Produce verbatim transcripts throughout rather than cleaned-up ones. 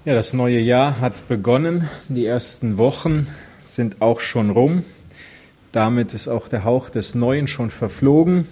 Ja, das neue Jahr hat begonnen. Die ersten Wochen sind auch schon rum. Damit ist auch der Hauch des Neuen schon verflogen.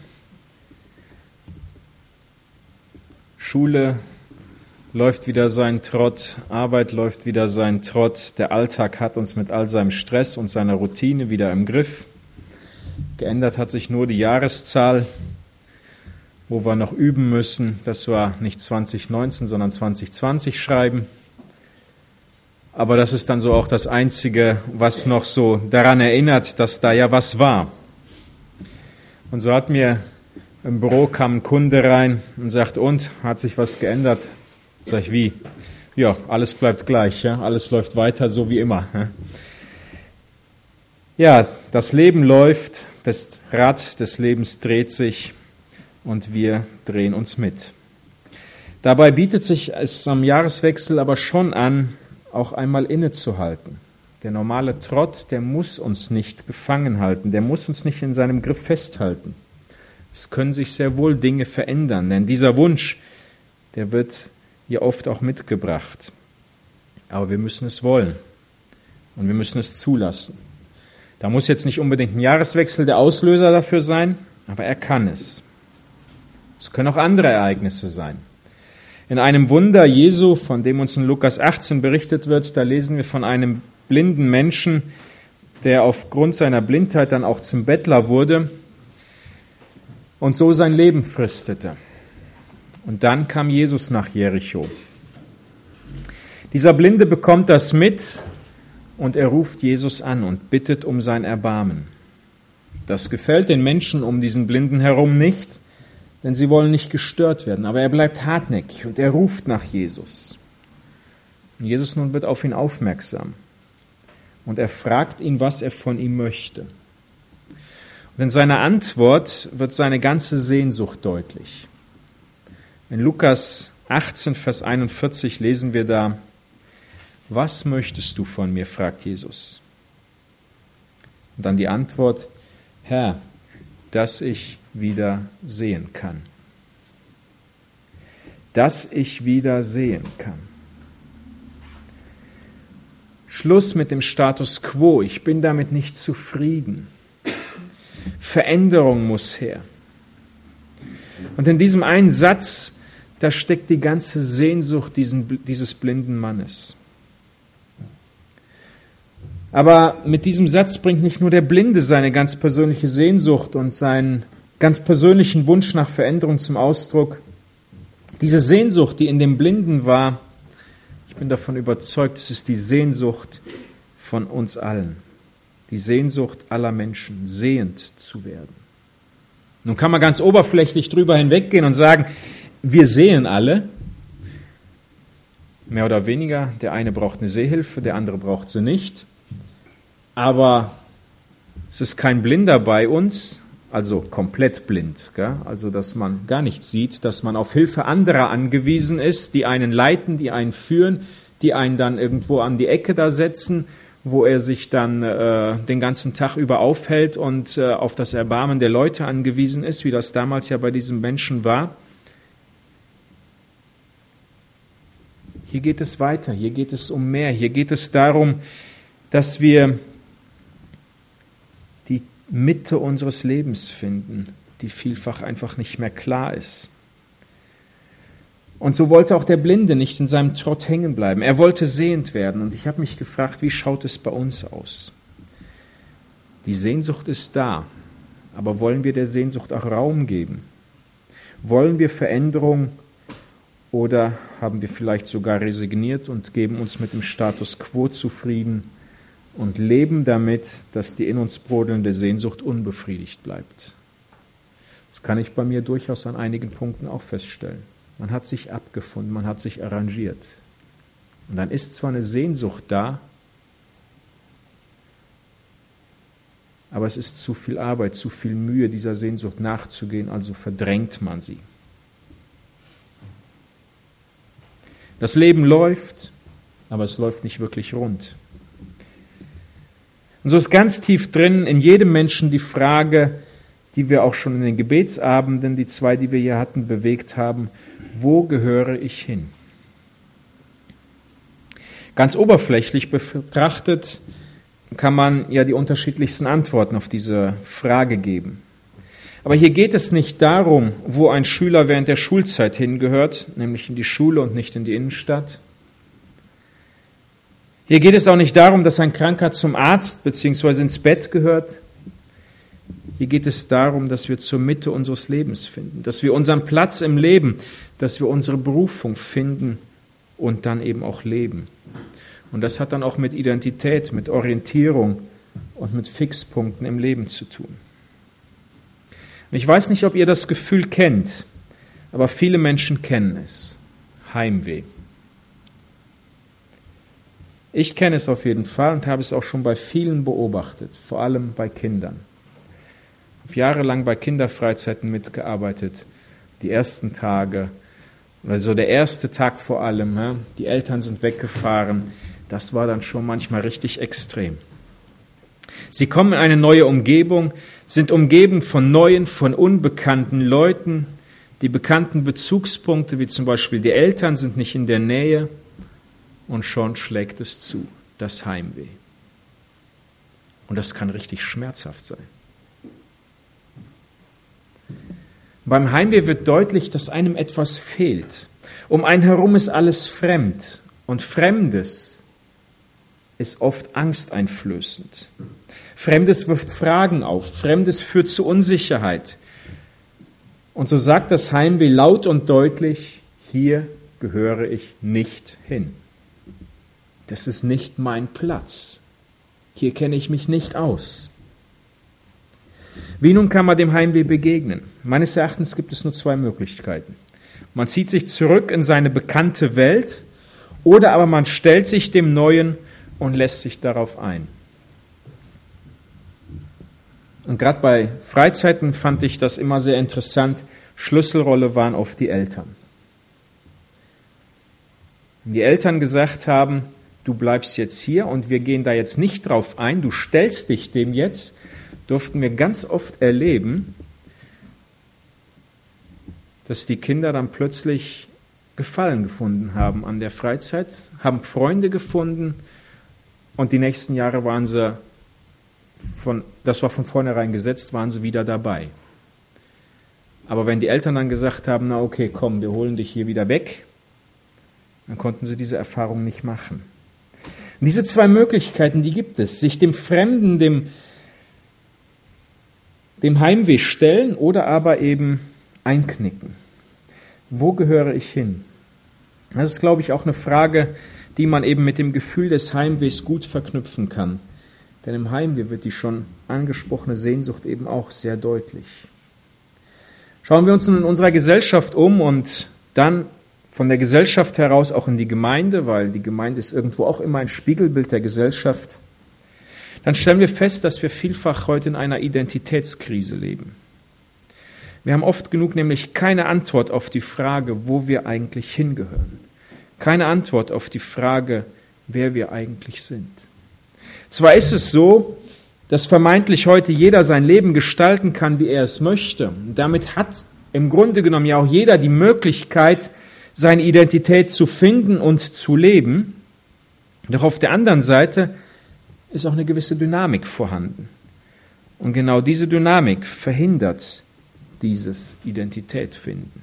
Schule läuft wieder seinen Trott, Arbeit läuft wieder seinen Trott. Der Alltag hat uns mit all seinem Stress und seiner Routine wieder im Griff. Geändert hat sich nur die Jahreszahl, wo wir noch üben müssen, dass wir nicht zwanzig neunzehn, sondern zwanzig zwanzig schreiben. Aber das ist dann so auch das Einzige, was noch so daran erinnert, dass da ja was war. Und so hat mir im Büro kam ein Kunde rein und sagt, und, hat sich was geändert? Sag ich, wie? Ja, alles bleibt gleich, ja? Alles läuft weiter, so wie immer. Ja? Ja, das Leben läuft, das Rad des Lebens dreht sich und wir drehen uns mit. Dabei bietet sich es am Jahreswechsel aber schon an, auch einmal innezuhalten. Der normale Trott, der muss uns nicht gefangen halten, der muss uns nicht in seinem Griff festhalten. Es können sich sehr wohl Dinge verändern, denn dieser Wunsch, der wird ja oft auch mitgebracht. Aber wir müssen es wollen und wir müssen es zulassen. Da muss jetzt nicht unbedingt ein Jahreswechsel der Auslöser dafür sein, aber er kann es. Es können auch andere Ereignisse sein. In einem Wunder Jesu, von dem uns in Lukas achtzehn berichtet wird, da lesen wir von einem blinden Menschen, der aufgrund seiner Blindheit dann auch zum Bettler wurde und so sein Leben fristete. Und dann kam Jesus nach Jericho. Dieser Blinde bekommt das mit und er ruft Jesus an und bittet um sein Erbarmen. Das gefällt den Menschen um diesen Blinden herum nicht, denn sie wollen nicht gestört werden. Aber er bleibt hartnäckig und er ruft nach Jesus. Und Jesus nun wird auf ihn aufmerksam. Und er fragt ihn, was er von ihm möchte. Und in seiner Antwort wird seine ganze Sehnsucht deutlich. In Lukas achtzehn, Vers einundvierzig lesen wir da, was möchtest du von mir, fragt Jesus. Und dann die Antwort, Herr, dass ich wieder sehen kann. Dass ich wieder sehen kann. Schluss mit dem Status quo. Ich bin damit nicht zufrieden. Veränderung muss her. Und in diesem einen Satz, da steckt die ganze Sehnsucht diesen, dieses blinden Mannes. Aber mit diesem Satz bringt nicht nur der Blinde seine ganz persönliche Sehnsucht und seinen ganz persönlichen Wunsch nach Veränderung zum Ausdruck. Diese Sehnsucht, die in dem Blinden war, ich bin davon überzeugt, es ist die Sehnsucht von uns allen. Die Sehnsucht aller Menschen, sehend zu werden. Nun kann man ganz oberflächlich drüber hinweggehen und sagen, wir sehen alle, mehr oder weniger, der eine braucht eine Sehhilfe, der andere braucht sie nicht. Aber es ist kein Blinder bei uns, also komplett blind, gell? Also dass man gar nichts sieht, dass man auf Hilfe anderer angewiesen ist, die einen leiten, die einen führen, die einen dann irgendwo an die Ecke da setzen, wo er sich dann äh, den ganzen Tag über aufhält und äh, auf das Erbarmen der Leute angewiesen ist, wie das damals ja bei diesem Menschen war. Hier geht es weiter, hier geht es um mehr, hier geht es darum, dass wir die Mitte unseres Lebens finden, die vielfach einfach nicht mehr klar ist. Und so wollte auch der Blinde nicht in seinem Trott hängen bleiben. Er wollte sehend werden. Und ich habe mich gefragt, wie schaut es bei uns aus? Die Sehnsucht ist da, aber wollen wir der Sehnsucht auch Raum geben? Wollen wir Veränderung oder haben wir vielleicht sogar resigniert und geben uns mit dem Status quo zufrieden und leben damit, dass die in uns brodelnde Sehnsucht unbefriedigt bleibt? Das kann ich bei mir durchaus an einigen Punkten auch feststellen. Man hat sich abgefunden, man hat sich arrangiert. Und dann ist zwar eine Sehnsucht da, aber es ist zu viel Arbeit, zu viel Mühe, dieser Sehnsucht nachzugehen, also verdrängt man sie. Das Leben läuft, aber es läuft nicht wirklich rund. Und so ist ganz tief drin in jedem Menschen die Frage, die wir auch schon in den Gebetsabenden, die zwei, die wir hier hatten, bewegt haben: Wo gehöre ich hin? Ganz oberflächlich betrachtet kann man ja die unterschiedlichsten Antworten auf diese Frage geben. Aber hier geht es nicht darum, wo ein Schüler während der Schulzeit hingehört, nämlich in die Schule und nicht in die Innenstadt. Hier geht es auch nicht darum, dass ein Kranker zum Arzt bzw. ins Bett gehört. Hier geht es darum, dass wir zur Mitte unseres Lebens finden, dass wir unseren Platz im Leben, dass wir unsere Berufung finden und dann eben auch leben. Und das hat dann auch mit Identität, mit Orientierung und mit Fixpunkten im Leben zu tun. Und ich weiß nicht, ob ihr das Gefühl kennt, aber viele Menschen kennen es. Heimweh. Ich kenne es auf jeden Fall und habe es auch schon bei vielen beobachtet, vor allem bei Kindern. Ich habe jahrelang bei Kinderfreizeiten mitgearbeitet, die ersten Tage, also der erste Tag vor allem, ja, die Eltern sind weggefahren, das war dann schon manchmal richtig extrem. Sie kommen in eine neue Umgebung, sind umgeben von neuen, von unbekannten Leuten. Die bekannten Bezugspunkte, wie zum Beispiel die Eltern, sind nicht in der Nähe und schon schlägt es zu, das Heimweh. Und das kann richtig schmerzhaft sein. Beim Heimweh wird deutlich, dass einem etwas fehlt. Um einen herum ist alles fremd und Fremdes ist oft angsteinflößend. Fremdes wirft Fragen auf, Fremdes führt zu Unsicherheit. Und so sagt das Heimweh laut und deutlich, hier gehöre ich nicht hin. Das ist nicht mein Platz. Hier kenne ich mich nicht aus. Wie nun kann man dem Heimweh begegnen? Meines Erachtens gibt es nur zwei Möglichkeiten. Man zieht sich zurück in seine bekannte Welt oder aber man stellt sich dem Neuen und lässt sich darauf ein. Und gerade bei Freizeiten fand ich das immer sehr interessant. Schlüsselrolle waren oft die Eltern. Wenn die Eltern gesagt haben, du bleibst jetzt hier und wir gehen da jetzt nicht drauf ein, du stellst dich dem jetzt, durften wir ganz oft erleben, dass die Kinder dann plötzlich Gefallen gefunden haben an der Freizeit, haben Freunde gefunden und die nächsten Jahre waren sie, von, das war von vornherein gesetzt, waren sie wieder dabei. Aber wenn die Eltern dann gesagt haben, na okay, komm, wir holen dich hier wieder weg, dann konnten sie diese Erfahrung nicht machen. Und diese zwei Möglichkeiten, die gibt es, sich dem Fremden, dem, dem Heimweh stellen oder aber eben einknicken. Wo gehöre ich hin? Das ist, glaube ich, auch eine Frage, die man eben mit dem Gefühl des Heimwehs gut verknüpfen kann. Denn im Heimweh wird die schon angesprochene Sehnsucht eben auch sehr deutlich. Schauen wir uns nun in unserer Gesellschaft um und dann von der Gesellschaft heraus auch in die Gemeinde, weil die Gemeinde ist irgendwo auch immer ein Spiegelbild der Gesellschaft, dann stellen wir fest, dass wir vielfach heute in einer Identitätskrise leben. Wir haben oft genug nämlich keine Antwort auf die Frage, wo wir eigentlich hingehören. Keine Antwort auf die Frage, wer wir eigentlich sind. Zwar ist es so, dass vermeintlich heute jeder sein Leben gestalten kann, wie er es möchte. Damit hat im Grunde genommen ja auch jeder die Möglichkeit, seine Identität zu finden und zu leben. Doch auf der anderen Seite ist auch eine gewisse Dynamik vorhanden. Und genau diese Dynamik verhindert dieses Identität finden.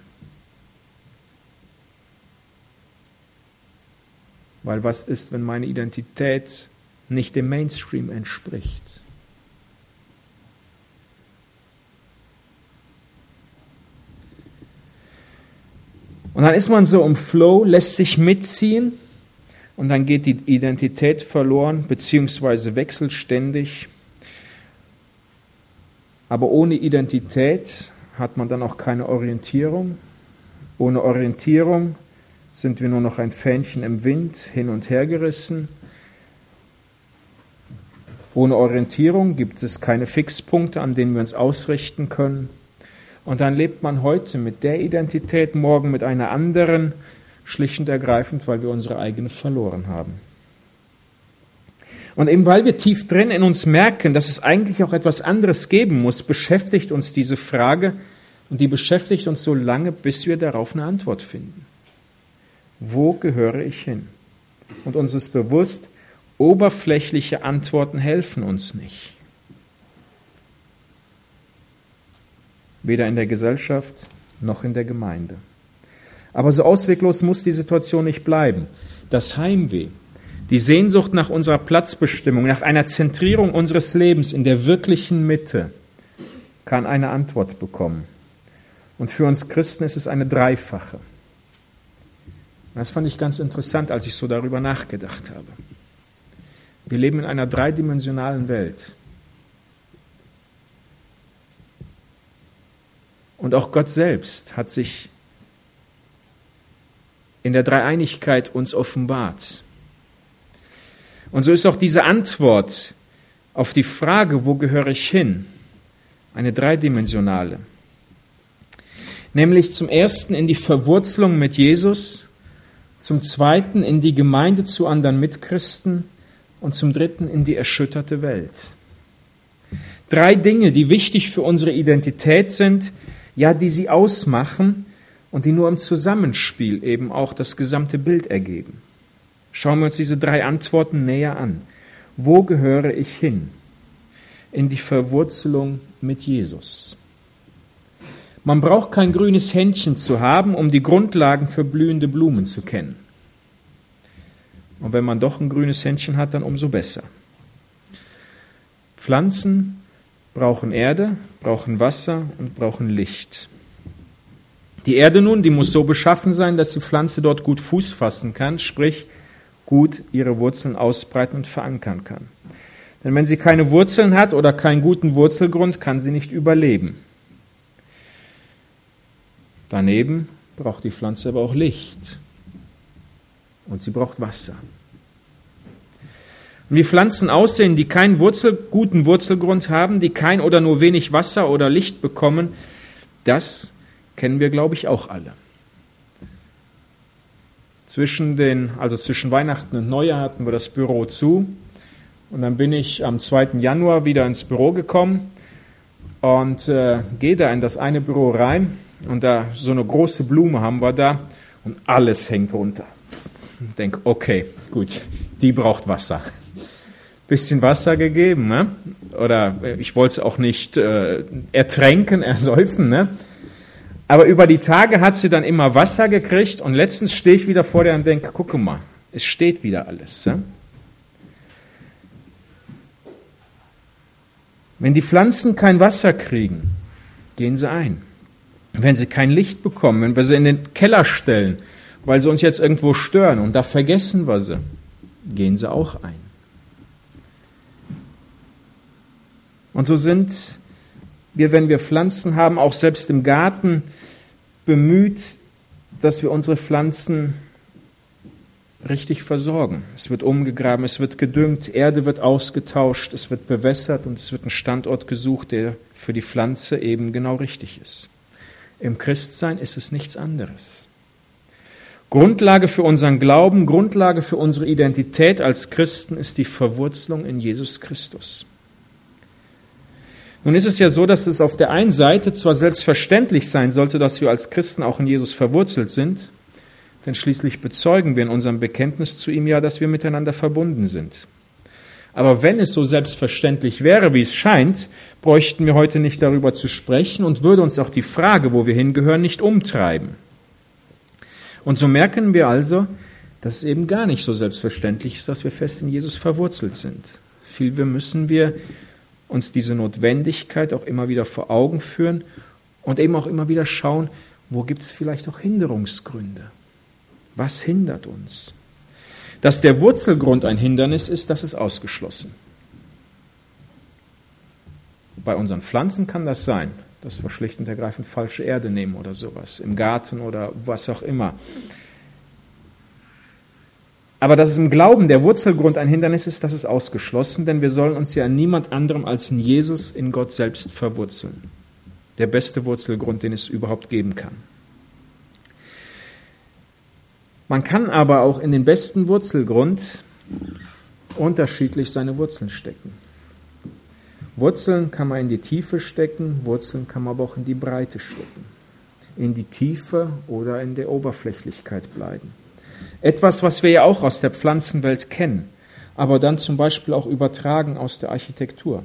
Weil was ist, wenn meine Identität nicht dem Mainstream entspricht? Und dann ist man so im Flow, lässt sich mitziehen und dann geht die Identität verloren, beziehungsweise wechselt ständig. Aber ohne Identität hat man dann auch keine Orientierung. Ohne Orientierung sind wir nur noch ein Fähnchen im Wind, hin und her gerissen. Ohne Orientierung gibt es keine Fixpunkte, an denen wir uns ausrichten können. Und dann lebt man heute mit der Identität, morgen mit einer anderen, schlicht und ergreifend, weil wir unsere eigene verloren haben. Und eben weil wir tief drin in uns merken, dass es eigentlich auch etwas anderes geben muss, beschäftigt uns diese Frage und die beschäftigt uns so lange, bis wir darauf eine Antwort finden. Wo gehöre ich hin? und uns ist bewusst, oberflächliche Antworten helfen uns nicht. Weder in der Gesellschaft noch in der Gemeinde. Aber so ausweglos muss die Situation nicht bleiben. Das Heimweh, die Sehnsucht nach unserer Platzbestimmung, nach einer Zentrierung unseres Lebens in der wirklichen Mitte, kann eine Antwort bekommen. Und für uns Christen ist es eine dreifache. Das fand ich ganz interessant, als ich so darüber nachgedacht habe. Wir leben in einer dreidimensionalen Welt. Und auch Gott selbst hat sich in der Dreieinigkeit uns offenbart. Und so ist auch diese Antwort auf die Frage, wo gehöre ich hin, eine dreidimensionale. Nämlich zum ersten in die Verwurzelung mit Jesus, zum zweiten in die Gemeinde zu anderen Mitchristen und zum dritten in die erschütterte Welt. Drei Dinge, die wichtig für unsere Identität sind, ja, die sie ausmachen und die nur im Zusammenspiel eben auch das gesamte Bild ergeben. Schauen wir uns diese drei Antworten näher an. Wo gehöre ich hin? In die Verwurzelung mit Jesus. Man braucht kein grünes Händchen zu haben, um die Grundlagen für blühende Blumen zu kennen. Und wenn man doch ein grünes Händchen hat, dann umso besser. Pflanzen brauchen Erde, brauchen Wasser und brauchen Licht. Die Erde nun, die muss so beschaffen sein, dass die Pflanze dort gut Fuß fassen kann, sprich gut ihre Wurzeln ausbreiten und verankern kann. Denn wenn sie keine Wurzeln hat oder keinen guten Wurzelgrund, kann sie nicht überleben. Daneben braucht die Pflanze aber auch Licht und sie braucht Wasser. Und wie Pflanzen aussehen, die keinen Wurzel, guten Wurzelgrund haben, die kein oder nur wenig Wasser oder Licht bekommen, das kennen wir, glaube ich, auch alle. Zwischen den, also zwischen Weihnachten und Neujahr hatten wir das Büro zu und dann bin ich am zweiten Januar wieder ins Büro gekommen und äh, gehe da in das eine Büro rein und da so eine große Blume haben wir da und alles hängt runter. Ich denke, okay, gut, die braucht Wasser. Bisschen Wasser gegeben, ne? Oder ich wollte es auch nicht äh, ertränken, ersäufen, ne? Aber über die Tage hat sie dann immer Wasser gekriegt und letztens stehe ich wieder vor der und denke, gucke mal, es steht wieder alles. Ne? Wenn die Pflanzen kein Wasser kriegen, gehen sie ein. Wenn sie kein Licht bekommen, wenn wir sie in den Keller stellen, weil sie uns jetzt irgendwo stören und da vergessen wir sie, gehen sie auch ein. Und so sind wir, wenn wir Pflanzen haben, auch selbst im Garten bemüht, dass wir unsere Pflanzen richtig versorgen. Es wird umgegraben, es wird gedüngt, Erde wird ausgetauscht, es wird bewässert und es wird ein Standort gesucht, der für die Pflanze eben genau richtig ist. Im Christsein ist es nichts anderes. Grundlage für unseren Glauben, Grundlage für unsere Identität als Christen ist die Verwurzelung in Jesus Christus. Nun ist es ja so, dass es auf der einen Seite zwar selbstverständlich sein sollte, dass wir als Christen auch in Jesus verwurzelt sind, denn schließlich bezeugen wir in unserem Bekenntnis zu ihm ja, dass wir miteinander verbunden sind. Aber wenn es so selbstverständlich wäre, wie es scheint, bräuchten wir heute nicht darüber zu sprechen und würde uns auch die Frage, wo wir hingehören, nicht umtreiben. Und so merken wir also, dass es eben gar nicht so selbstverständlich ist, dass wir fest in Jesus verwurzelt sind. Vielmehr müssen wir uns diese Notwendigkeit auch immer wieder vor Augen führen und eben auch immer wieder schauen, wo gibt es vielleicht auch Hinderungsgründe? Was hindert uns? Dass der Wurzelgrund ein Hindernis ist, das ist ausgeschlossen. Bei unseren Pflanzen kann das sein, dass wir schlicht und ergreifend falsche Erde nehmen oder sowas, im Garten oder was auch immer. Aber dass es im Glauben der Wurzelgrund ein Hindernis ist, das ist ausgeschlossen, denn wir sollen uns ja in niemand anderem als in Jesus, in Gott selbst verwurzeln. Der beste Wurzelgrund, den es überhaupt geben kann. Man kann aber auch in den besten Wurzelgrund unterschiedlich seine Wurzeln stecken. Wurzeln kann man in die Tiefe stecken, Wurzeln kann man aber auch in die Breite stecken. In die Tiefe oder in der Oberflächlichkeit bleiben. Etwas, was wir ja auch aus der Pflanzenwelt kennen, aber dann zum Beispiel auch übertragen aus der Architektur.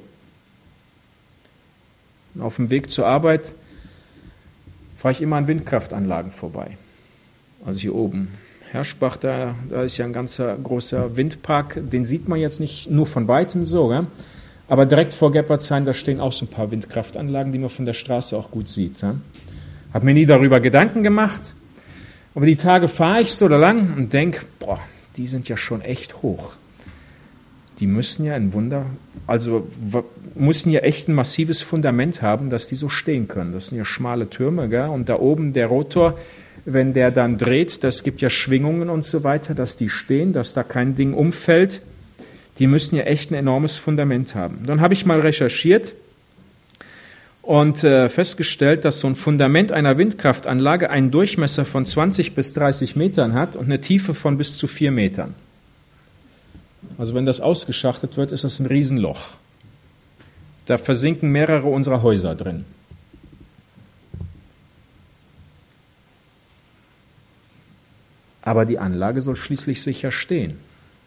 Und auf dem Weg zur Arbeit fahre ich immer an Windkraftanlagen vorbei. Also hier oben, Herschbach, da, da ist ja ein ganzer großer Windpark, den sieht man jetzt nicht nur von weitem so, gell? Aber direkt vor Geppartshain, da stehen auch so ein paar Windkraftanlagen, die man von der Straße auch gut sieht. Ja? Habe mir nie darüber Gedanken gemacht, aber die Tage fahre ich so da lang und denke, boah, die sind ja schon echt hoch. Die müssen ja ein Wunder, also müssen ja echt ein massives Fundament haben, dass die so stehen können. Das sind ja schmale Türme, gell? Und da oben der Rotor, wenn der dann dreht, das gibt ja Schwingungen und so weiter, dass die stehen, dass da kein Ding umfällt. Die müssen ja echt ein enormes Fundament haben. Dann habe ich mal recherchiert und äh, festgestellt, dass so ein Fundament einer Windkraftanlage einen Durchmesser von zwanzig bis dreißig Metern hat und eine Tiefe von bis zu vier Metern. Also wenn das ausgeschachtet wird, ist das ein Riesenloch. Da versinken mehrere unserer Häuser drin. Aber die Anlage soll schließlich sicher stehen.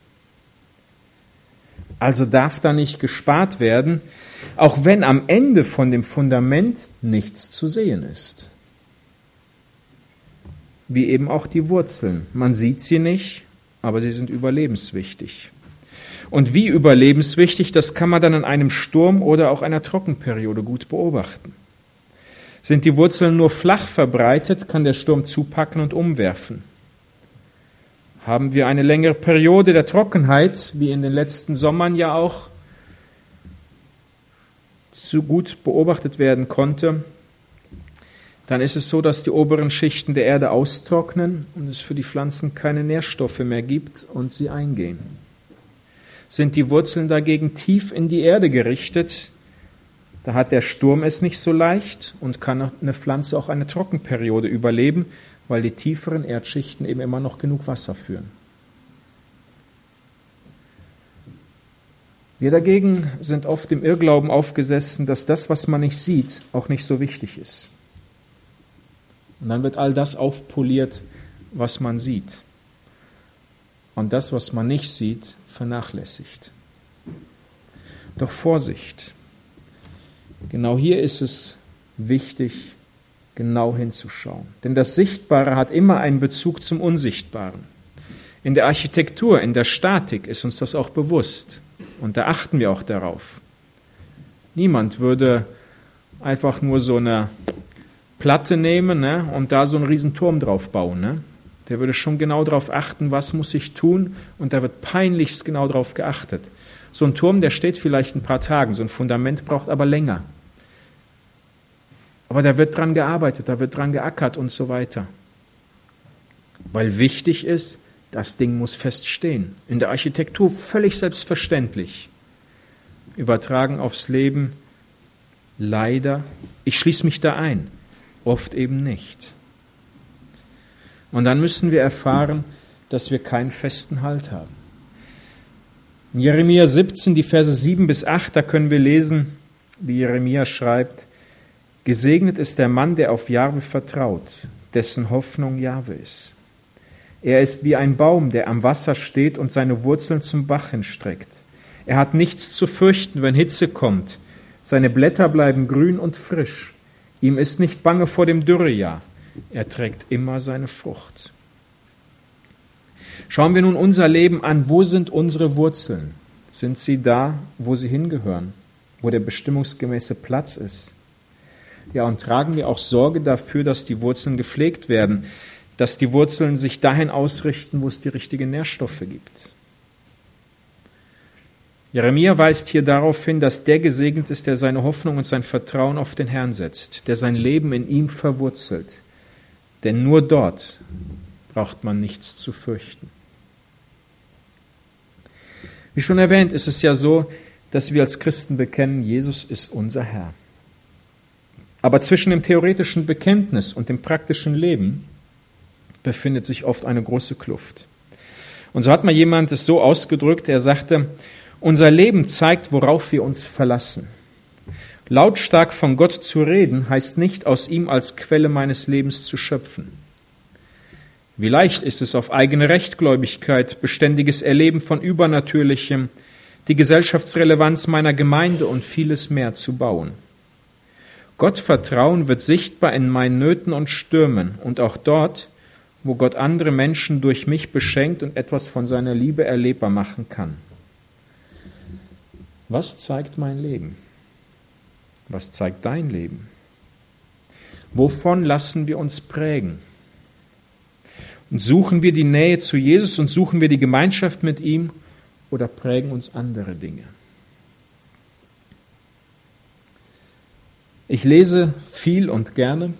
Also darf da nicht gespart werden, auch wenn am Ende von dem Fundament nichts zu sehen ist. Wie eben auch die Wurzeln. Man sieht sie nicht, aber sie sind überlebenswichtig. Und wie überlebenswichtig, das kann man dann an einem Sturm oder auch einer Trockenperiode gut beobachten. Sind die Wurzeln nur flach verbreitet, kann der Sturm zupacken und umwerfen. Haben wir eine längere Periode der Trockenheit, wie in den letzten Sommern ja auch so gut beobachtet werden konnte, dann ist es so, dass die oberen Schichten der Erde austrocknen und es für die Pflanzen keine Nährstoffe mehr gibt und sie eingehen. Sind die Wurzeln dagegen tief in die Erde gerichtet, da hat der Sturm es nicht so leicht und kann eine Pflanze auch eine Trockenperiode überleben, weil die tieferen Erdschichten eben immer noch genug Wasser führen. Wir dagegen sind oft im Irrglauben aufgesessen, dass das, was man nicht sieht, auch nicht so wichtig ist. Und dann wird all das aufpoliert, was man sieht. Und das, was man nicht sieht, vernachlässigt. Doch Vorsicht! Genau hier ist es wichtig, genau hinzuschauen. Denn das Sichtbare hat immer einen Bezug zum Unsichtbaren. In der Architektur, in der Statik ist uns das auch bewusst. Und da achten wir auch darauf. Niemand würde einfach nur so eine Platte nehmen, ne, und da so einen riesen Turm drauf bauen. Ne? Der würde schon genau darauf achten, was muss ich tun, und da wird peinlichst genau darauf geachtet. So ein Turm, der steht vielleicht ein paar Tage, so ein Fundament braucht aber länger. Aber da wird dran gearbeitet, da wird dran geackert und so weiter. Weil wichtig ist, das Ding muss fest stehen. In der Architektur völlig selbstverständlich. Übertragen aufs Leben leider, ich schließe mich da ein, oft eben nicht. Und dann müssen wir erfahren, dass wir keinen festen Halt haben. In Jeremia siebzehn, die Verse sieben bis acht, da können wir lesen, wie Jeremia schreibt: Gesegnet ist der Mann, der auf Jahwe vertraut, dessen Hoffnung Jahwe ist. Er ist wie ein Baum, der am Wasser steht und seine Wurzeln zum Bach hinstreckt. Er hat nichts zu fürchten, wenn Hitze kommt. Seine Blätter bleiben grün und frisch. Ihm ist nicht bange vor dem Dürrejahr. Er trägt immer seine Frucht. Schauen wir nun unser Leben an. Wo sind unsere Wurzeln? Sind sie da, wo sie hingehören? Wo der bestimmungsgemäße Platz ist? Ja, und tragen wir auch Sorge dafür, dass die Wurzeln gepflegt werden, dass die Wurzeln sich dahin ausrichten, wo es die richtigen Nährstoffe gibt. Jeremia weist hier darauf hin, dass der gesegnet ist, der seine Hoffnung und sein Vertrauen auf den Herrn setzt, der sein Leben in ihm verwurzelt. Denn nur dort braucht man nichts zu fürchten. Wie schon erwähnt, ist es ja so, dass wir als Christen bekennen, Jesus ist unser Herr. Aber zwischen dem theoretischen Bekenntnis und dem praktischen Leben befindet sich oft eine große Kluft. Und so hat mal jemand es so ausgedrückt, er sagte, unser Leben zeigt, worauf wir uns verlassen. Lautstark von Gott zu reden, heißt nicht, aus ihm als Quelle meines Lebens zu schöpfen. Wie leicht ist es, auf eigene Rechtgläubigkeit, beständiges Erleben von Übernatürlichem, die Gesellschaftsrelevanz meiner Gemeinde und vieles mehr zu bauen. Gottvertrauen wird sichtbar in meinen Nöten und Stürmen und auch dort, wo Gott andere Menschen durch mich beschenkt und etwas von seiner Liebe erlebbar machen kann. Was zeigt mein Leben? Was zeigt dein Leben? Wovon lassen wir uns prägen? Und suchen wir die Nähe zu Jesus und suchen wir die Gemeinschaft mit ihm oder prägen uns andere Dinge? Ich lese viel und gerne,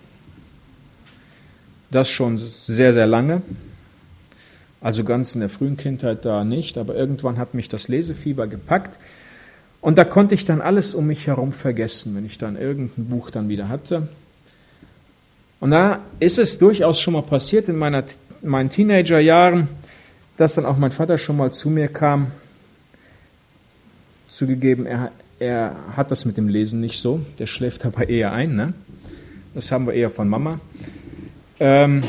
das schon sehr, sehr lange, also ganz in der frühen Kindheit da nicht, aber irgendwann hat mich das Lesefieber gepackt und da konnte ich dann alles um mich herum vergessen, wenn ich dann irgendein Buch dann wieder hatte. Und da ist es durchaus schon mal passiert in, meiner, in meinen Teenagerjahren, dass dann auch mein Vater schon mal zu mir kam. Zugegeben, er, er hat das mit dem Lesen nicht so, der schläft dabei eher ein, ne? Das haben wir eher von Mama. Ähm,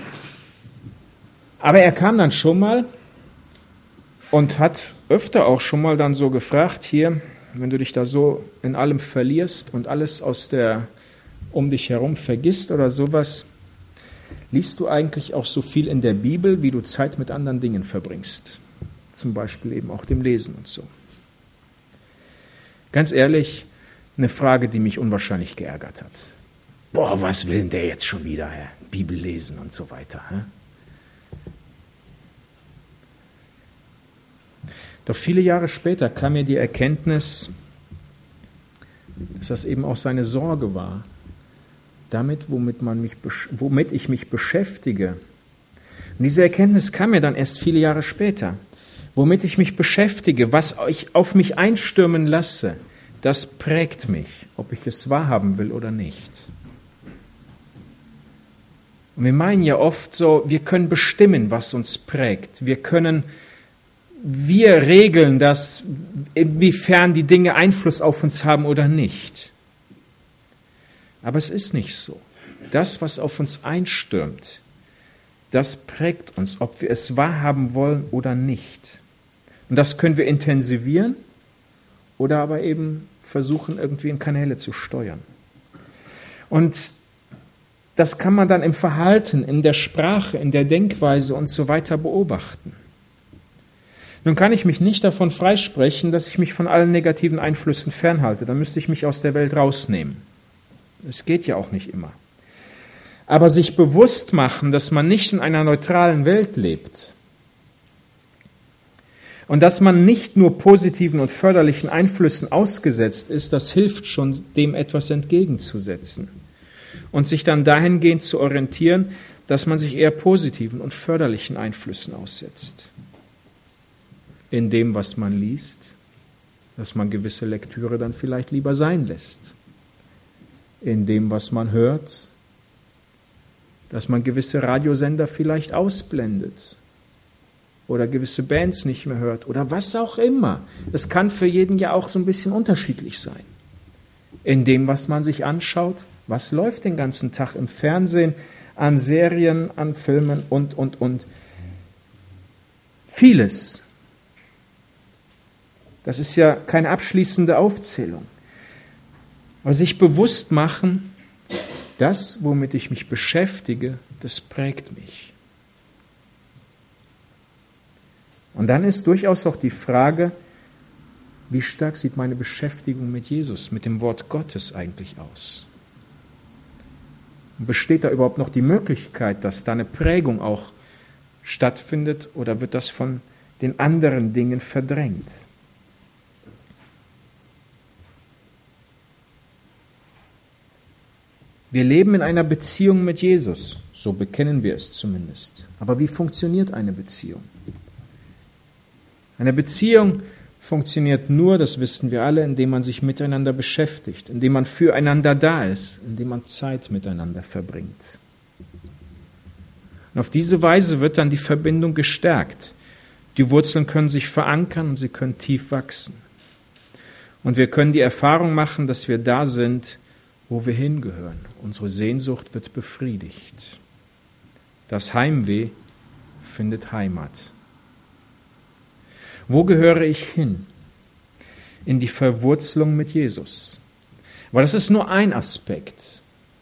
aber er kam dann schon mal und hat öfter auch schon mal dann so gefragt, hier, wenn du dich da so in allem verlierst und alles aus der um dich herum vergisst oder sowas, liest du eigentlich auch so viel in der Bibel, wie du Zeit mit anderen Dingen verbringst? Zum Beispiel eben auch dem Lesen und so. Ganz ehrlich, eine Frage, die mich unwahrscheinlich geärgert hat. Boah, was will denn der jetzt schon wieder, Herr? Bibel lesen und so weiter. Hä? Doch viele Jahre später kam mir die Erkenntnis, dass das eben auch seine Sorge war, damit, womit, man mich, womit ich mich beschäftige. Und diese Erkenntnis kam mir dann erst viele Jahre später. Womit ich mich beschäftige, was ich auf mich einstürmen lasse, das prägt mich, ob ich es wahrhaben will oder nicht. Und wir meinen ja oft so, wir können bestimmen, was uns prägt. Wir können, wir regeln das, inwiefern die Dinge Einfluss auf uns haben oder nicht. Aber es ist nicht so. Das, was auf uns einstürmt, das prägt uns, ob wir es wahrhaben wollen oder nicht. Und das können wir intensivieren oder aber eben versuchen, irgendwie in Kanäle zu steuern. Und das kann man dann im Verhalten, in der Sprache, in der Denkweise und so weiter beobachten. Nun kann ich mich nicht davon freisprechen, dass ich mich von allen negativen Einflüssen fernhalte. Dann müsste ich mich aus der Welt rausnehmen. Es geht ja auch nicht immer. Aber sich bewusst machen, dass man nicht in einer neutralen Welt lebt und dass man nicht nur positiven und förderlichen Einflüssen ausgesetzt ist, das hilft schon, dem etwas entgegenzusetzen und sich dann dahingehend zu orientieren, dass man sich eher positiven und förderlichen Einflüssen aussetzt. In dem, was man liest, dass man gewisse Lektüre dann vielleicht lieber sein lässt. In dem, was man hört, dass man gewisse Radiosender vielleicht ausblendet oder gewisse Bands nicht mehr hört oder was auch immer. Das kann für jeden ja auch so ein bisschen unterschiedlich sein. In dem, was man sich anschaut, was läuft den ganzen Tag im Fernsehen, an Serien, an Filmen und, und, und. Vieles. Das ist ja keine abschließende Aufzählung. Aber sich bewusst machen, das, womit ich mich beschäftige, das prägt mich. Und dann ist durchaus auch die Frage, wie stark sieht meine Beschäftigung mit Jesus, mit dem Wort Gottes eigentlich aus? Und besteht da überhaupt noch die Möglichkeit, dass da eine Prägung auch stattfindet oder wird das von den anderen Dingen verdrängt? Wir leben in einer Beziehung mit Jesus, so bekennen wir es zumindest. Aber wie funktioniert eine Beziehung? Eine Beziehung funktioniert nur, das wissen wir alle, indem man sich miteinander beschäftigt, indem man füreinander da ist, indem man Zeit miteinander verbringt. Und auf diese Weise wird dann die Verbindung gestärkt. Die Wurzeln können sich verankern und sie können tief wachsen. Und wir können die Erfahrung machen, dass wir da sind, wo wir hingehören. Unsere Sehnsucht wird befriedigt. Das Heimweh findet Heimat. Wo gehöre ich hin? In die Verwurzelung mit Jesus. Aber das ist nur ein Aspekt.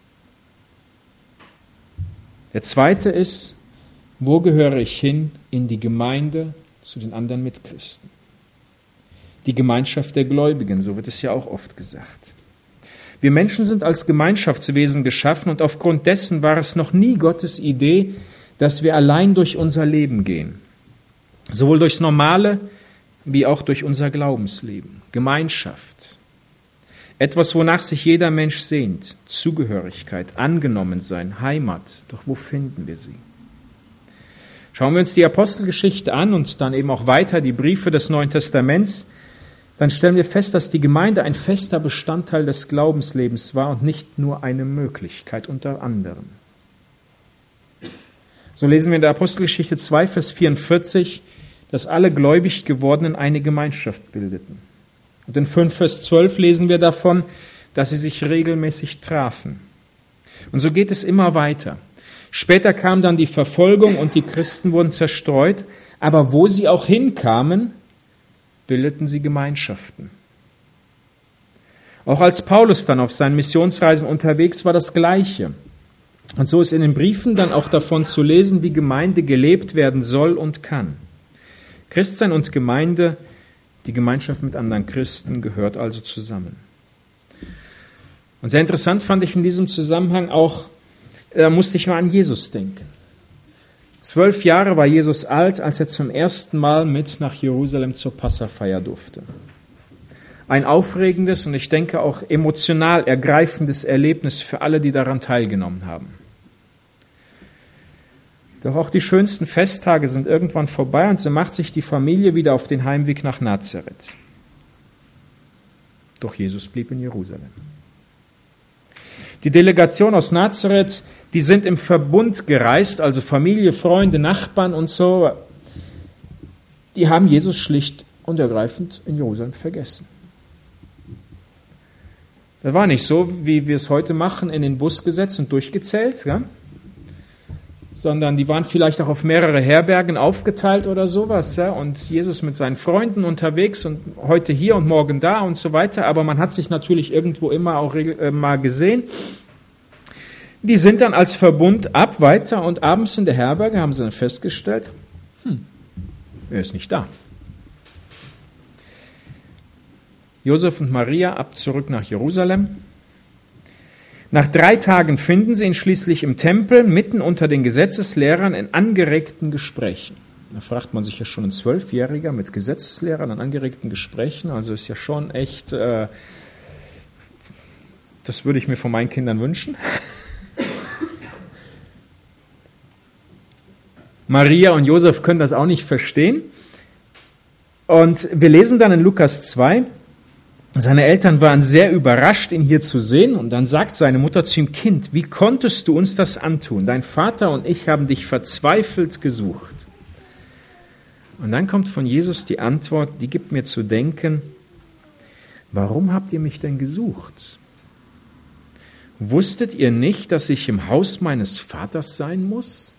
Der zweite ist, wo gehöre ich hin? In die Gemeinde zu den anderen Mitchristen. Die Gemeinschaft der Gläubigen, so wird es ja auch oft gesagt. Wir Menschen sind als Gemeinschaftswesen geschaffen und aufgrund dessen war es noch nie Gottes Idee, dass wir allein durch unser Leben gehen. Sowohl durchs normale wie auch durch unser Glaubensleben. Gemeinschaft. Etwas, wonach sich jeder Mensch sehnt. Zugehörigkeit, Angenommensein, Heimat. Doch wo finden wir sie? Schauen wir uns die Apostelgeschichte an und dann eben auch weiter die Briefe des Neuen Testaments, dann stellen wir fest, dass die Gemeinde ein fester Bestandteil des Glaubenslebens war und nicht nur eine Möglichkeit unter anderem. So lesen wir in der Apostelgeschichte zwei, Vers vierundvierzig, dass alle gläubig Gewordenen eine Gemeinschaft bildeten. Und in fünf, Vers zwölf lesen wir davon, dass sie sich regelmäßig trafen. Und so geht es immer weiter. Später kam dann die Verfolgung und die Christen wurden zerstreut, aber wo sie auch hinkamen, bildeten sie Gemeinschaften. Auch als Paulus dann auf seinen Missionsreisen unterwegs war, das Gleiche. Und so ist in den Briefen dann auch davon zu lesen, wie Gemeinde gelebt werden soll und kann. Christsein und Gemeinde, die Gemeinschaft mit anderen Christen, gehört also zusammen. Und sehr interessant fand ich in diesem Zusammenhang auch, da musste ich mal an Jesus denken. Zwölf Jahre war Jesus alt, als er zum ersten Mal mit nach Jerusalem zur Passafeier durfte. Ein aufregendes und ich denke auch emotional ergreifendes Erlebnis für alle, die daran teilgenommen haben. Doch auch die schönsten Festtage sind irgendwann vorbei und so macht sich die Familie wieder auf den Heimweg nach Nazareth. Doch Jesus blieb in Jerusalem. Die Delegation aus Nazareth, die sind im Verbund gereist, also Familie, Freunde, Nachbarn und so. Die haben Jesus schlicht und ergreifend in Jerusalem vergessen. Das war nicht so, wie wir es heute machen, in den Bus gesetzt und durchgezählt, ja? Sondern die waren vielleicht auch auf mehrere Herbergen aufgeteilt oder sowas, ja? Und Jesus mit seinen Freunden unterwegs und heute hier und morgen da und so weiter, aber man hat sich natürlich irgendwo immer auch äh, mal gesehen. Die sind dann als Verbund ab, weiter und abends in der Herberge haben sie dann festgestellt, hm, er ist nicht da. Josef und Maria ab zurück nach Jerusalem. Nach drei Tagen finden sie ihn schließlich im Tempel, mitten unter den Gesetzeslehrern in angeregten Gesprächen. Da fragt man sich ja schon, ein Zwölfjähriger mit Gesetzeslehrern in angeregten Gesprächen, also ist ja schon echt, äh, das würde ich mir von meinen Kindern wünschen. Maria und Josef können das auch nicht verstehen. Und wir lesen dann in Lukas zwei, seine Eltern waren sehr überrascht, ihn hier zu sehen. Und dann sagt seine Mutter zu ihm, Kind, wie konntest du uns das antun? Dein Vater und ich haben dich verzweifelt gesucht. Und dann kommt von Jesus die Antwort, die gibt mir zu denken, warum habt ihr mich denn gesucht? Wusstet ihr nicht, dass ich im Haus meines Vaters sein muss?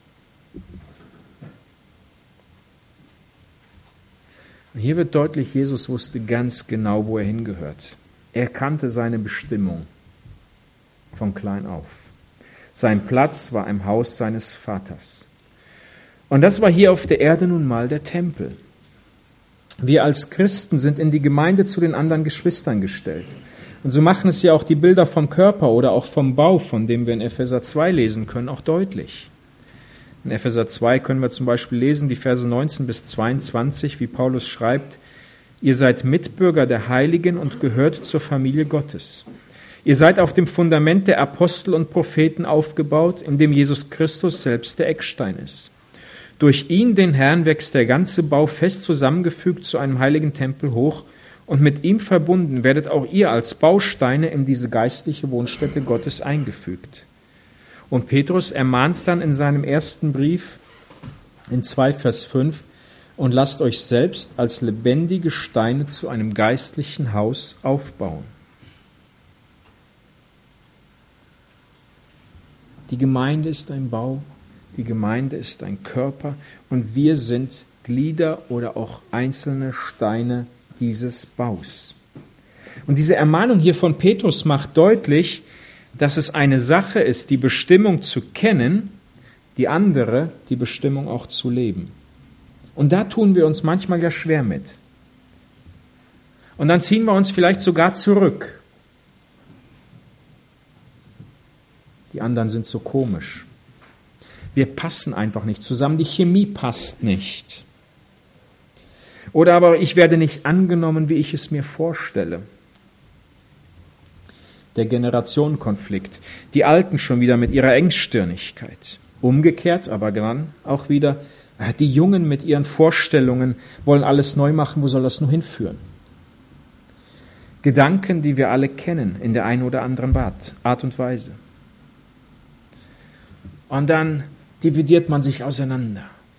Und hier wird deutlich, Jesus wusste ganz genau, wo er hingehört. Er kannte seine Bestimmung von klein auf. Sein Platz war im Haus seines Vaters. Und das war hier auf der Erde nun mal der Tempel. Wir als Christen sind in die Gemeinde zu den anderen Geschwistern gestellt. Und so machen es ja auch die Bilder vom Körper oder auch vom Bau, von dem wir in Epheser zwei lesen können, auch deutlich. In Epheser zwei können wir zum Beispiel lesen, die Verse neunzehn bis zweiundzwanzig, wie Paulus schreibt, ihr seid Mitbürger der Heiligen und gehört zur Familie Gottes. Ihr seid auf dem Fundament der Apostel und Propheten aufgebaut, in dem Jesus Christus selbst der Eckstein ist. Durch ihn, den Herrn, wächst der ganze Bau fest zusammengefügt zu einem heiligen Tempel hoch und mit ihm verbunden werdet auch ihr als Bausteine in diese geistliche Wohnstätte Gottes eingefügt. Und Petrus ermahnt dann in seinem ersten Brief in zwei Vers fünf, und lasst euch selbst als lebendige Steine zu einem geistlichen Haus aufbauen. Die Gemeinde ist ein Bau, Die Gemeinde ist ein Körper und wir sind Glieder oder auch einzelne Steine dieses Baus. Und diese Ermahnung hier von Petrus macht deutlich, dass es eine Sache ist, die Bestimmung zu kennen, die andere, die Bestimmung auch zu leben. Und da tun wir uns manchmal ja schwer mit. Und dann ziehen wir uns vielleicht sogar zurück. Die anderen sind so komisch. Wir passen einfach nicht zusammen, die Chemie passt nicht. Oder aber ich werde nicht angenommen, wie ich es mir vorstelle. Der Generationenkonflikt, die Alten schon wieder mit ihrer Engstirnigkeit. Umgekehrt aber dann auch wieder, die Jungen mit ihren Vorstellungen wollen alles neu machen, wo soll das nur hinführen? Gedanken, die wir alle kennen, in der einen oder anderen Art und Weise. Und dann dividiert man sich auseinander.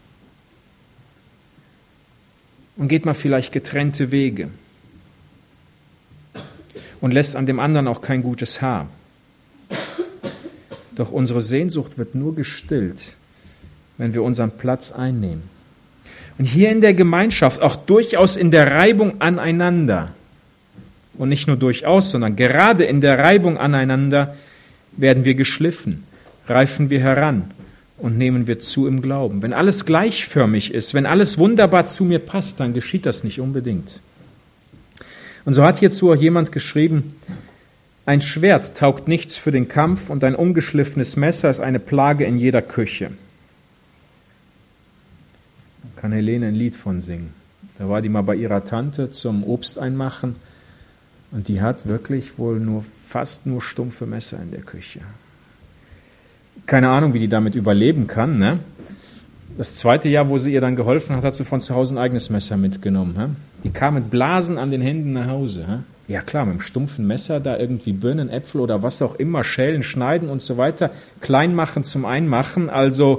Und geht man vielleicht getrennte Wege. Und lässt an dem anderen auch kein gutes Haar. Doch unsere Sehnsucht wird nur gestillt, wenn wir unseren Platz einnehmen. Und hier in der Gemeinschaft, auch durchaus in der Reibung aneinander, und nicht nur durchaus, sondern gerade in der Reibung aneinander, werden wir geschliffen, reifen wir heran und nehmen wir zu im Glauben. Wenn alles gleichförmig ist, wenn alles wunderbar zu mir passt, dann geschieht das nicht unbedingt. Und so hat hierzu auch jemand geschrieben, ein Schwert taugt nichts für den Kampf und ein ungeschliffenes Messer ist eine Plage in jeder Küche. Da kann Helene ein Lied von singen. Da war die mal bei ihrer Tante zum Obst einmachen und die hat wirklich wohl nur fast nur stumpfe Messer in der Küche. Keine Ahnung, wie die damit überleben kann. Ne? Das zweite Jahr, wo sie ihr dann geholfen hat, hat sie von zu Hause ein eigenes Messer mitgenommen. Ne? Die kam mit Blasen an den Händen nach Hause. Ne? Ja klar, mit einem stumpfen Messer da irgendwie Birnen, Äpfel oder was auch immer, schälen, schneiden und so weiter, klein machen zum Einmachen. Also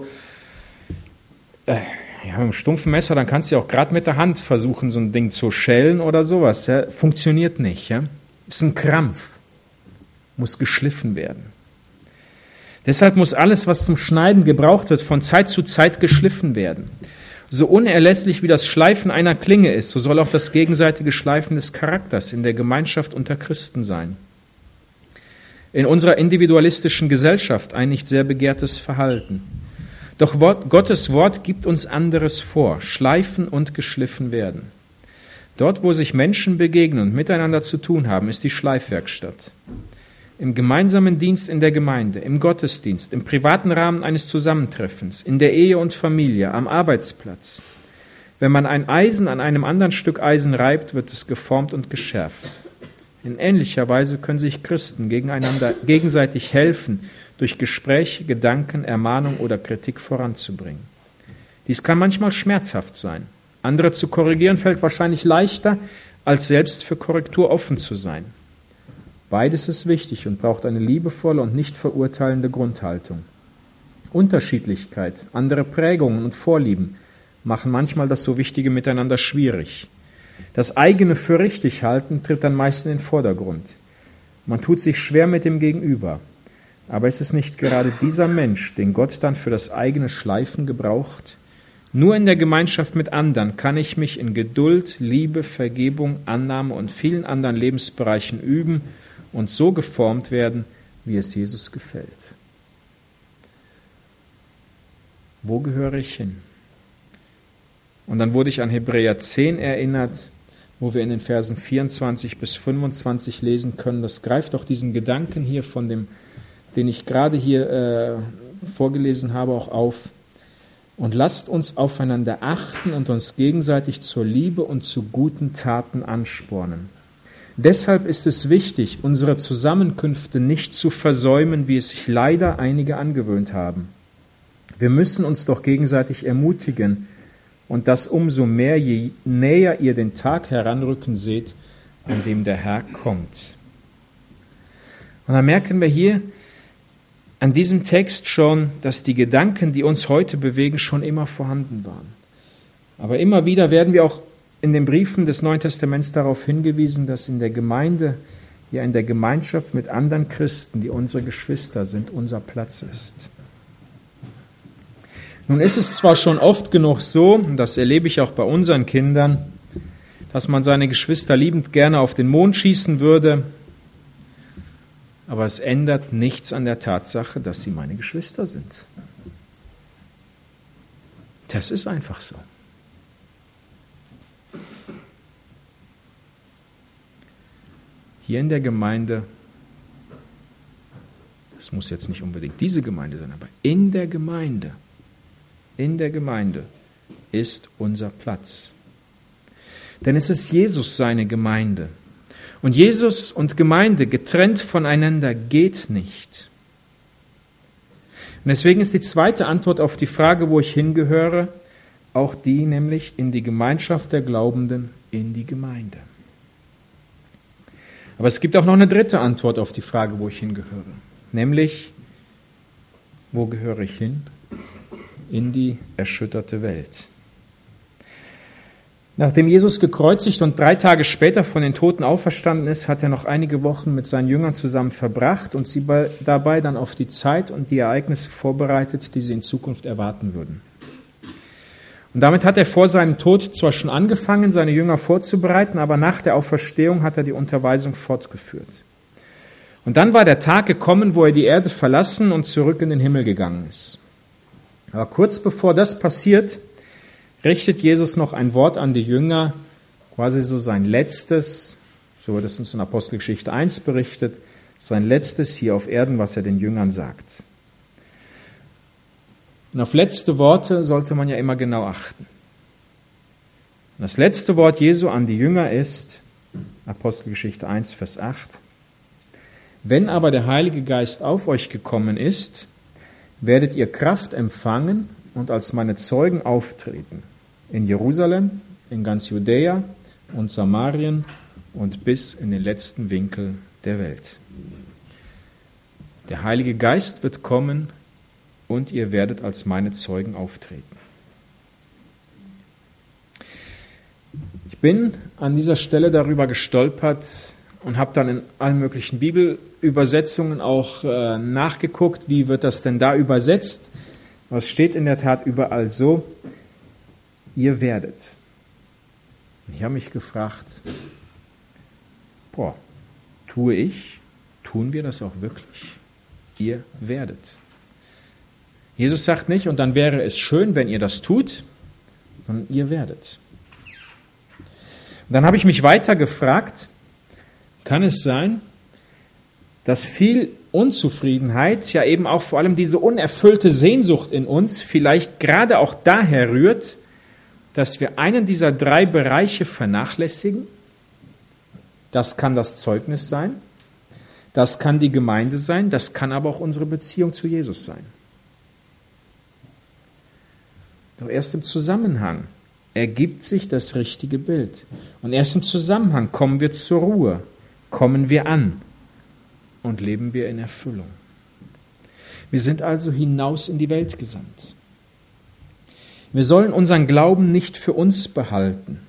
äh, ja, mit einem stumpfen Messer, dann kannst du ja auch gerade mit der Hand versuchen, so ein Ding zu schälen oder sowas. Ja? Funktioniert nicht. Ja? Ist ein Krampf. Muss geschliffen werden. Deshalb muss alles, was zum Schneiden gebraucht wird, von Zeit zu Zeit geschliffen werden. So unerlässlich wie das Schleifen einer Klinge ist, so soll auch das gegenseitige Schleifen des Charakters in der Gemeinschaft unter Christen sein. In unserer individualistischen Gesellschaft ein nicht sehr begehrtes Verhalten. Doch Wort, Gottes Wort gibt uns anderes vor, schleifen und geschliffen werden. Dort, wo sich Menschen begegnen und miteinander zu tun haben, ist die Schleifwerkstatt. Im gemeinsamen Dienst in der Gemeinde, im Gottesdienst, im privaten Rahmen eines Zusammentreffens, in der Ehe und Familie, am Arbeitsplatz. Wenn man ein Eisen an einem anderen Stück Eisen reibt, wird es geformt und geschärft. In ähnlicher Weise können sich Christen gegeneinander, gegenseitig helfen, durch Gespräche, Gedanken, Ermahnung oder Kritik voranzubringen. Dies kann manchmal schmerzhaft sein. Andere zu korrigieren fällt wahrscheinlich leichter, als selbst für Korrektur offen zu sein. Beides ist wichtig und braucht eine liebevolle und nicht verurteilende Grundhaltung. Unterschiedlichkeit, andere Prägungen und Vorlieben machen manchmal das so wichtige Miteinander schwierig. Das eigene für richtig halten tritt dann meist in den Vordergrund. Man tut sich schwer mit dem Gegenüber. Aber ist es nicht gerade dieser Mensch, den Gott dann für das eigene Schleifen gebraucht? Nur in der Gemeinschaft mit anderen kann ich mich in Geduld, Liebe, Vergebung, Annahme und vielen anderen Lebensbereichen üben und so geformt werden, wie es Jesus gefällt. Wo gehöre ich hin? Und dann wurde ich an Hebräer zehn erinnert, wo wir in den Versen vierundzwanzig bis fünfundzwanzig lesen können. Das greift auch diesen Gedanken hier von dem, den ich gerade hier äh, vorgelesen habe, auch auf. Und lasst uns aufeinander achten und uns gegenseitig zur Liebe und zu guten Taten anspornen. Deshalb ist es wichtig, unsere Zusammenkünfte nicht zu versäumen, wie es sich leider einige angewöhnt haben. Wir müssen uns doch gegenseitig ermutigen und das umso mehr, je näher ihr den Tag heranrücken seht, an dem der Herr kommt. Und dann merken wir hier an diesem Text schon, dass die Gedanken, die uns heute bewegen, schon immer vorhanden waren. Aber immer wieder werden wir auch in den Briefen des Neuen Testaments darauf hingewiesen, dass in der Gemeinde, ja in der Gemeinschaft mit anderen Christen, die unsere Geschwister sind, unser Platz ist. Nun ist es zwar schon oft genug so, und das erlebe ich auch bei unseren Kindern, dass man seine Geschwister liebend gerne auf den Mond schießen würde, aber es ändert nichts an der Tatsache, dass sie meine Geschwister sind. Das ist einfach so. Hier in der Gemeinde, das muss jetzt nicht unbedingt diese Gemeinde sein, aber in der Gemeinde, in der Gemeinde ist unser Platz. Denn es ist Jesus seine Gemeinde. Und Jesus und Gemeinde getrennt voneinander geht nicht. Und deswegen ist die zweite Antwort auf die Frage, wo ich hingehöre, auch die, nämlich in die Gemeinschaft der Glaubenden, in die Gemeinde. Aber es gibt auch noch eine dritte Antwort auf die Frage, wo ich hingehöre, nämlich, wo gehöre ich hin? In die erschütterte Welt. Nachdem Jesus gekreuzigt und drei Tage später von den Toten auferstanden ist, hat er noch einige Wochen mit seinen Jüngern zusammen verbracht und sie dabei dann auf die Zeit und die Ereignisse vorbereitet, die sie in Zukunft erwarten würden. Und damit hat er vor seinem Tod zwar schon angefangen, seine Jünger vorzubereiten, aber nach der Auferstehung hat er die Unterweisung fortgeführt. Und dann war der Tag gekommen, wo er die Erde verlassen und zurück in den Himmel gegangen ist. Aber kurz bevor das passiert, richtet Jesus noch ein Wort an die Jünger, quasi so sein letztes, so wird es uns in Apostelgeschichte eins berichtet, sein letztes hier auf Erden, was er den Jüngern sagt. Und auf letzte Worte sollte man ja immer genau achten. Und das letzte Wort Jesu an die Jünger ist, Apostelgeschichte eins, Vers acht, wenn aber der Heilige Geist auf euch gekommen ist, werdet ihr Kraft empfangen und als meine Zeugen auftreten. In Jerusalem, in ganz Judäa und Samarien und bis in den letzten Winkel der Welt. Der Heilige Geist wird kommen und ihr werdet als meine Zeugen auftreten. Ich bin an dieser Stelle darüber gestolpert und habe dann in allen möglichen Bibelübersetzungen auch äh, nachgeguckt, wie wird das denn da übersetzt. Es steht in der Tat überall so, ihr werdet. Und ich habe mich gefragt, boah, tue ich, tun wir das auch wirklich? Ihr werdet. Jesus sagt nicht, und dann wäre es schön, wenn ihr das tut, sondern ihr werdet. Und dann habe ich mich weiter gefragt, kann es sein, dass viel Unzufriedenheit, ja eben auch vor allem diese unerfüllte Sehnsucht in uns, vielleicht gerade auch daher rührt, dass wir einen dieser drei Bereiche vernachlässigen? Das kann das Zeugnis sein, das kann die Gemeinde sein, das kann aber auch unsere Beziehung zu Jesus sein. Doch erst im Zusammenhang ergibt sich das richtige Bild. Und erst im Zusammenhang kommen wir zur Ruhe, kommen wir an und leben wir in Erfüllung. Wir sind also hinaus in die Welt gesandt. Wir sollen unseren Glauben nicht für uns behalten.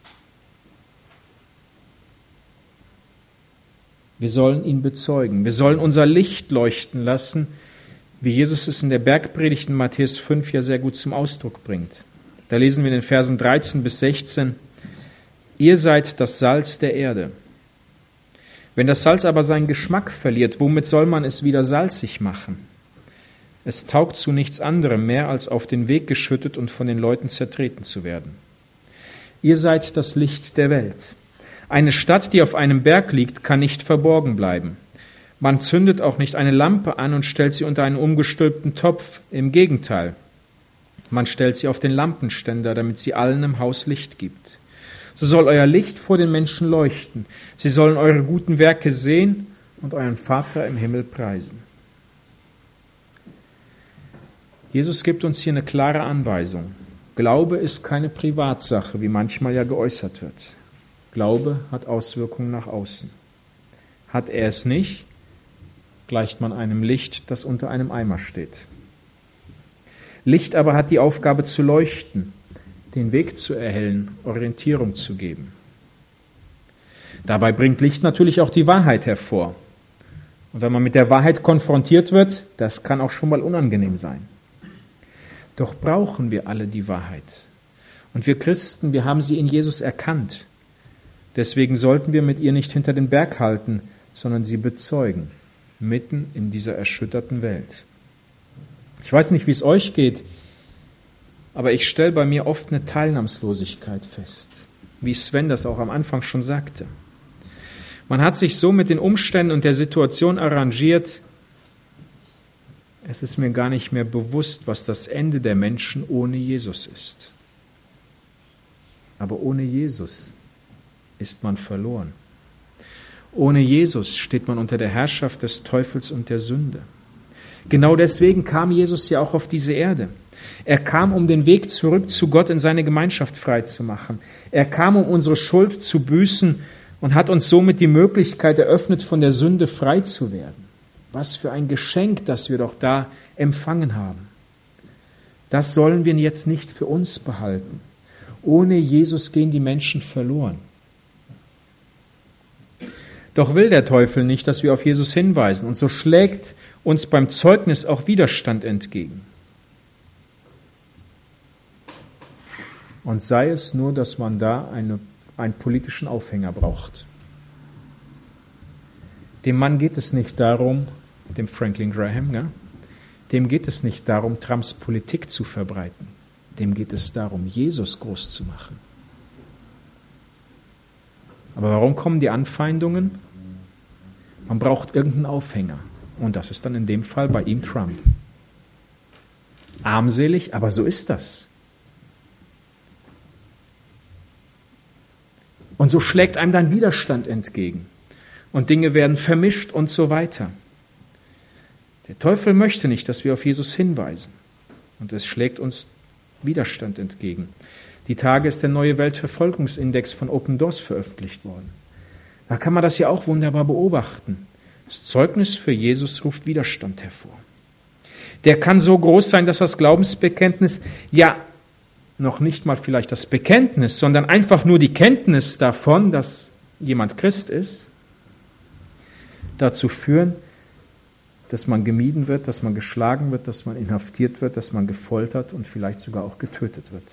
Wir sollen ihn bezeugen. Wir sollen unser Licht leuchten lassen, wie Jesus es in der Bergpredigt in Matthäus fünf ja sehr gut zum Ausdruck bringt. Da lesen wir in den Versen dreizehn bis sechzehn, ihr seid das Salz der Erde. Wenn das Salz aber seinen Geschmack verliert, womit soll man es wieder salzig machen? Es taugt zu nichts anderem mehr, als auf den Weg geschüttet und von den Leuten zertreten zu werden. Ihr seid das Licht der Welt. Eine Stadt, die auf einem Berg liegt, kann nicht verborgen bleiben. Man zündet auch nicht eine Lampe an und stellt sie unter einen umgestülpten Topf. Im Gegenteil, man stellt sie auf den Lampenständer, damit sie allen im Haus Licht gibt. So soll euer Licht vor den Menschen leuchten. Sie sollen eure guten Werke sehen und euren Vater im Himmel preisen. Jesus gibt uns hier eine klare Anweisung. Glaube ist keine Privatsache, wie manchmal ja geäußert wird. Glaube hat Auswirkungen nach außen. Hat er es nicht, gleicht man einem Licht, das unter einem Eimer steht. Licht aber hat die Aufgabe zu leuchten, den Weg zu erhellen, Orientierung zu geben. Dabei bringt Licht natürlich auch die Wahrheit hervor. Und wenn man mit der Wahrheit konfrontiert wird, das kann auch schon mal unangenehm sein. Doch brauchen wir alle die Wahrheit. Und wir Christen, wir haben sie in Jesus erkannt. Deswegen sollten wir mit ihr nicht hinter den Berg halten, sondern sie bezeugen, mitten in dieser erschütterten Welt. Ich weiß nicht, wie es euch geht, aber ich stelle bei mir oft eine Teilnahmslosigkeit fest, wie Sven das auch am Anfang schon sagte. Man hat sich so mit den Umständen und der Situation arrangiert, es ist mir gar nicht mehr bewusst, was das Ende der Menschen ohne Jesus ist. Aber ohne Jesus ist man verloren. Ohne Jesus steht man unter der Herrschaft des Teufels und der Sünde. Genau deswegen kam Jesus ja auch auf diese Erde. Er kam, um den Weg zurück zu Gott in seine Gemeinschaft freizumachen. Er kam, um unsere Schuld zu büßen und hat uns somit die Möglichkeit eröffnet, von der Sünde frei zu werden. Was für ein Geschenk, das wir doch da empfangen haben. Das sollen wir jetzt nicht für uns behalten. Ohne Jesus gehen die Menschen verloren. Doch will der Teufel nicht, dass wir auf Jesus hinweisen. Und so schlägt uns beim Zeugnis auch Widerstand entgegen. Und sei es nur, dass man da eine, einen politischen Aufhänger braucht. Dem Mann geht es nicht darum, dem Franklin Graham, ne? Dem geht es nicht darum, Trumps Politik zu verbreiten. Dem geht es darum, Jesus groß zu machen. Aber warum kommen die Anfeindungen? Man braucht irgendeinen Aufhänger. Und das ist dann in dem Fall bei ihm Trump. Armselig, aber so ist das. Und so schlägt einem dann Widerstand entgegen. Und Dinge werden vermischt und so weiter. Der Teufel möchte nicht, dass wir auf Jesus hinweisen. Und es schlägt uns Widerstand entgegen. Die Tage ist der neue Weltverfolgungsindex von Open Doors veröffentlicht worden. Da kann man das ja auch wunderbar beobachten. Das Zeugnis für Jesus ruft Widerstand hervor. Der kann so groß sein, dass das Glaubensbekenntnis, ja, noch nicht mal vielleicht das Bekenntnis, sondern einfach nur die Kenntnis davon, dass jemand Christ ist, dazu führen, dass man gemieden wird, dass man geschlagen wird, dass man inhaftiert wird, dass man gefoltert und vielleicht sogar auch getötet wird.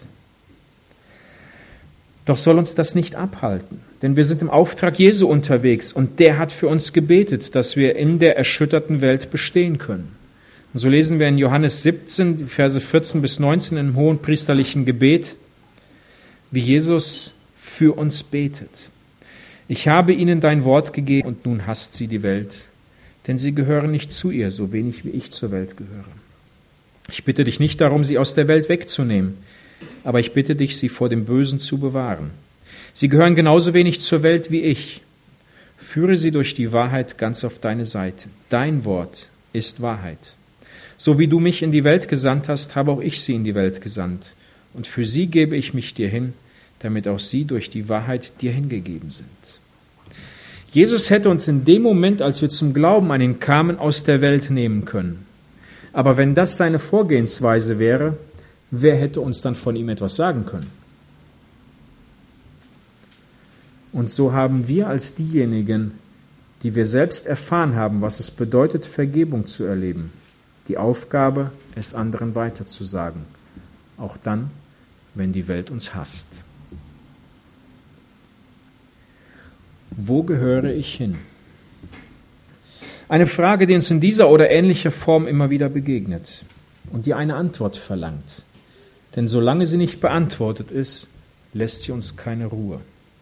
Doch soll uns das nicht abhalten, denn wir sind im Auftrag Jesu unterwegs und der hat für uns gebetet, dass wir in der erschütterten Welt bestehen können. Und so lesen wir in Johannes siebzehn, die Verse vierzehn bis neunzehn im hohenpriesterlichen Gebet, wie Jesus für uns betet. Ich habe ihnen dein Wort gegeben und nun hasst sie die Welt, denn sie gehören nicht zu ihr, so wenig wie ich zur Welt gehöre. Ich bitte dich nicht darum, sie aus der Welt wegzunehmen, aber ich bitte dich, sie vor dem Bösen zu bewahren. Sie gehören genauso wenig zur Welt wie ich. Führe sie durch die Wahrheit ganz auf deine Seite. Dein Wort ist Wahrheit. So wie du mich in die Welt gesandt hast, habe auch ich sie in die Welt gesandt. Und für sie gebe ich mich dir hin, damit auch sie durch die Wahrheit dir hingegeben sind. Jesus hätte uns in dem Moment, als wir zum Glauben an ihn kamen, aus der Welt nehmen können. Aber wenn das seine Vorgehensweise wäre, wer hätte uns dann von ihm etwas sagen können? Und so haben wir als diejenigen, die wir selbst erfahren haben, was es bedeutet, Vergebung zu erleben, die Aufgabe, es anderen weiterzusagen, auch dann, wenn die Welt uns hasst. Wo gehöre ich hin? Eine Frage, die uns in dieser oder ähnlicher Form immer wieder begegnet und die eine Antwort verlangt. Denn solange sie nicht beantwortet ist, lässt sie uns keine Ruhe.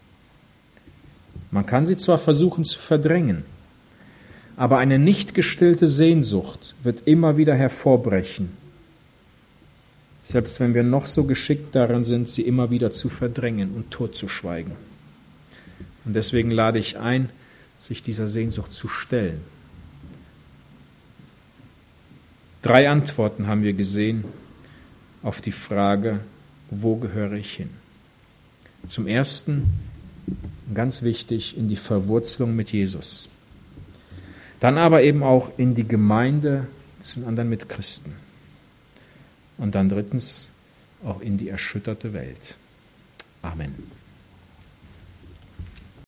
Man kann sie zwar versuchen zu verdrängen, aber eine nicht gestillte Sehnsucht wird immer wieder hervorbrechen, selbst wenn wir noch so geschickt darin sind, sie immer wieder zu verdrängen und totzuschweigen. Und deswegen lade ich ein, sich dieser Sehnsucht zu stellen. Drei Antworten haben wir gesehen auf die Frage, wo gehöre ich hin? Zum Ersten, ganz wichtig, in die Verwurzelung mit Jesus. Dann aber eben auch in die Gemeinde zu den anderen Mitchristen. Und dann drittens auch in die erschütterte Welt. Amen.